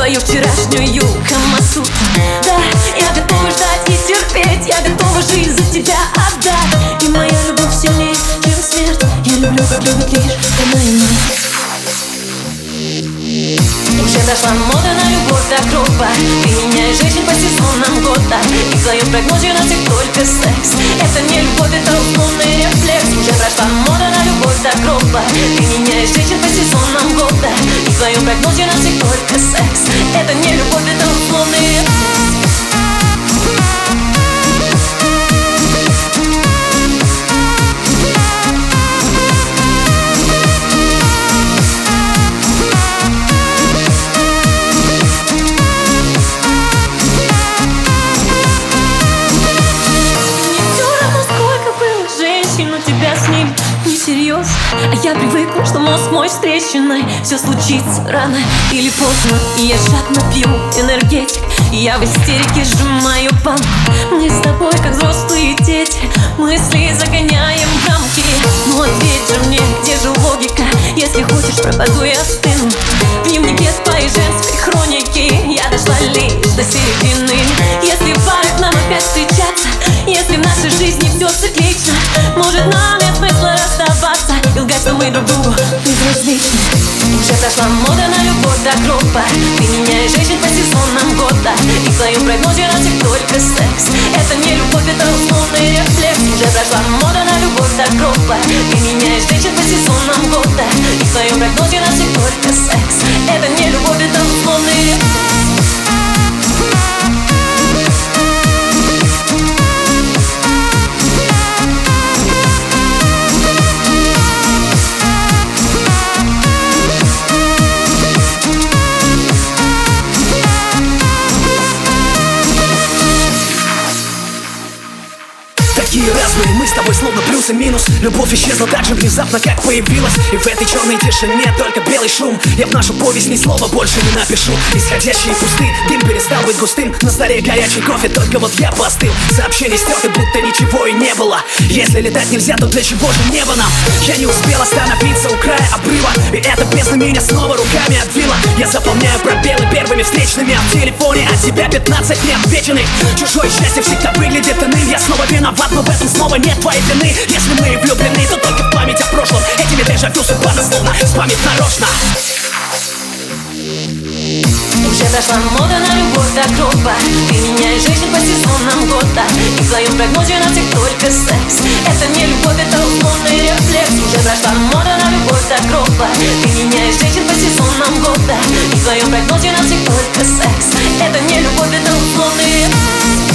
свою вчерашнюю камасу. Да, я готова ждать и терпеть, я готова жизнь за тебя отдать. И моя любовь сильнее, чем смерть. Я люблю, как любит лишь она и мать. Уже дошла мода на любовь до гроба. Ты меняешь женщин по сезонам года. И в твоем прогнозе на всех только секс. Это не любовь, это условный рефлекс. Уже прошла мода на любовь до гроба. Ты меняешь женщин по сезонам года. И в твоем прогнозе на всех только секс. Это не любовь, это условный рефлекс. А я привыкла, что мозг мой с трещиной. Все случится рано или поздно. И я жадно пью энергетик. И я в истерике сжимаю банк. Мы с тобой как взрослые дети. Мысли загоняем в рамки. Ну ответь же мне, где же логика? Если хочешь, пропаду я остыну. В дневнике твоей женской хроники я дошла лишь до середины. Если пора нам опять встречаться, если в нашей жизни все циклично, может нам нет смысла расставаться и лгать, что мы друг другу безразличны. Уже прошла мода на любовь до гроба. Ты меняешь женщин по сезонам года. И в твоем прогнозе на всех только секс. Это не любовь, это условный рефлекс. Уже прошла мода на любовь до гроба. Ты меняешь женщин по сезонам года. И в твоем прогнозе на всех только секс. Это не любовь, это условный рефлекс. Такие разные, мы с тобой словно плюс и минус. Любовь исчезла так же внезапно, как появилась. И в этой черной тишине только белый шум. Я в нашу повесть ни слова больше не напишу. Исходящие пусты, дым перестал быть густым. На столе горячий кофе, только вот я постыл. Сообщение стерты, будто ничего и не было. Если летать нельзя, то для чего же небо нам? Я не успел остановиться у края обрыва. И эта песня меня снова руками обвила. Я заполняю пробелы первыми встречными. А в телефоне от тебя 15 неотвеченных. Чужое счастье всегда выглядит иным. Я снова виноват, но в этом снова нет твоей вины. Если мы влюблены, то только в память о прошлом. Этими дежавю судьба словно спамит нарочно. Уже дошла мода на любовь до гроба. Ты меняешь женщин по сезонам года. И в твоем прогнозе на всех только секс. Это не любовь, это условный рефлекс. Уже прошла мода на любовь до гроба. Ты меняешь женщин по сезонам года. И в твоем прогнозе на всех только секс. Это не любовь, это условный рефлекс.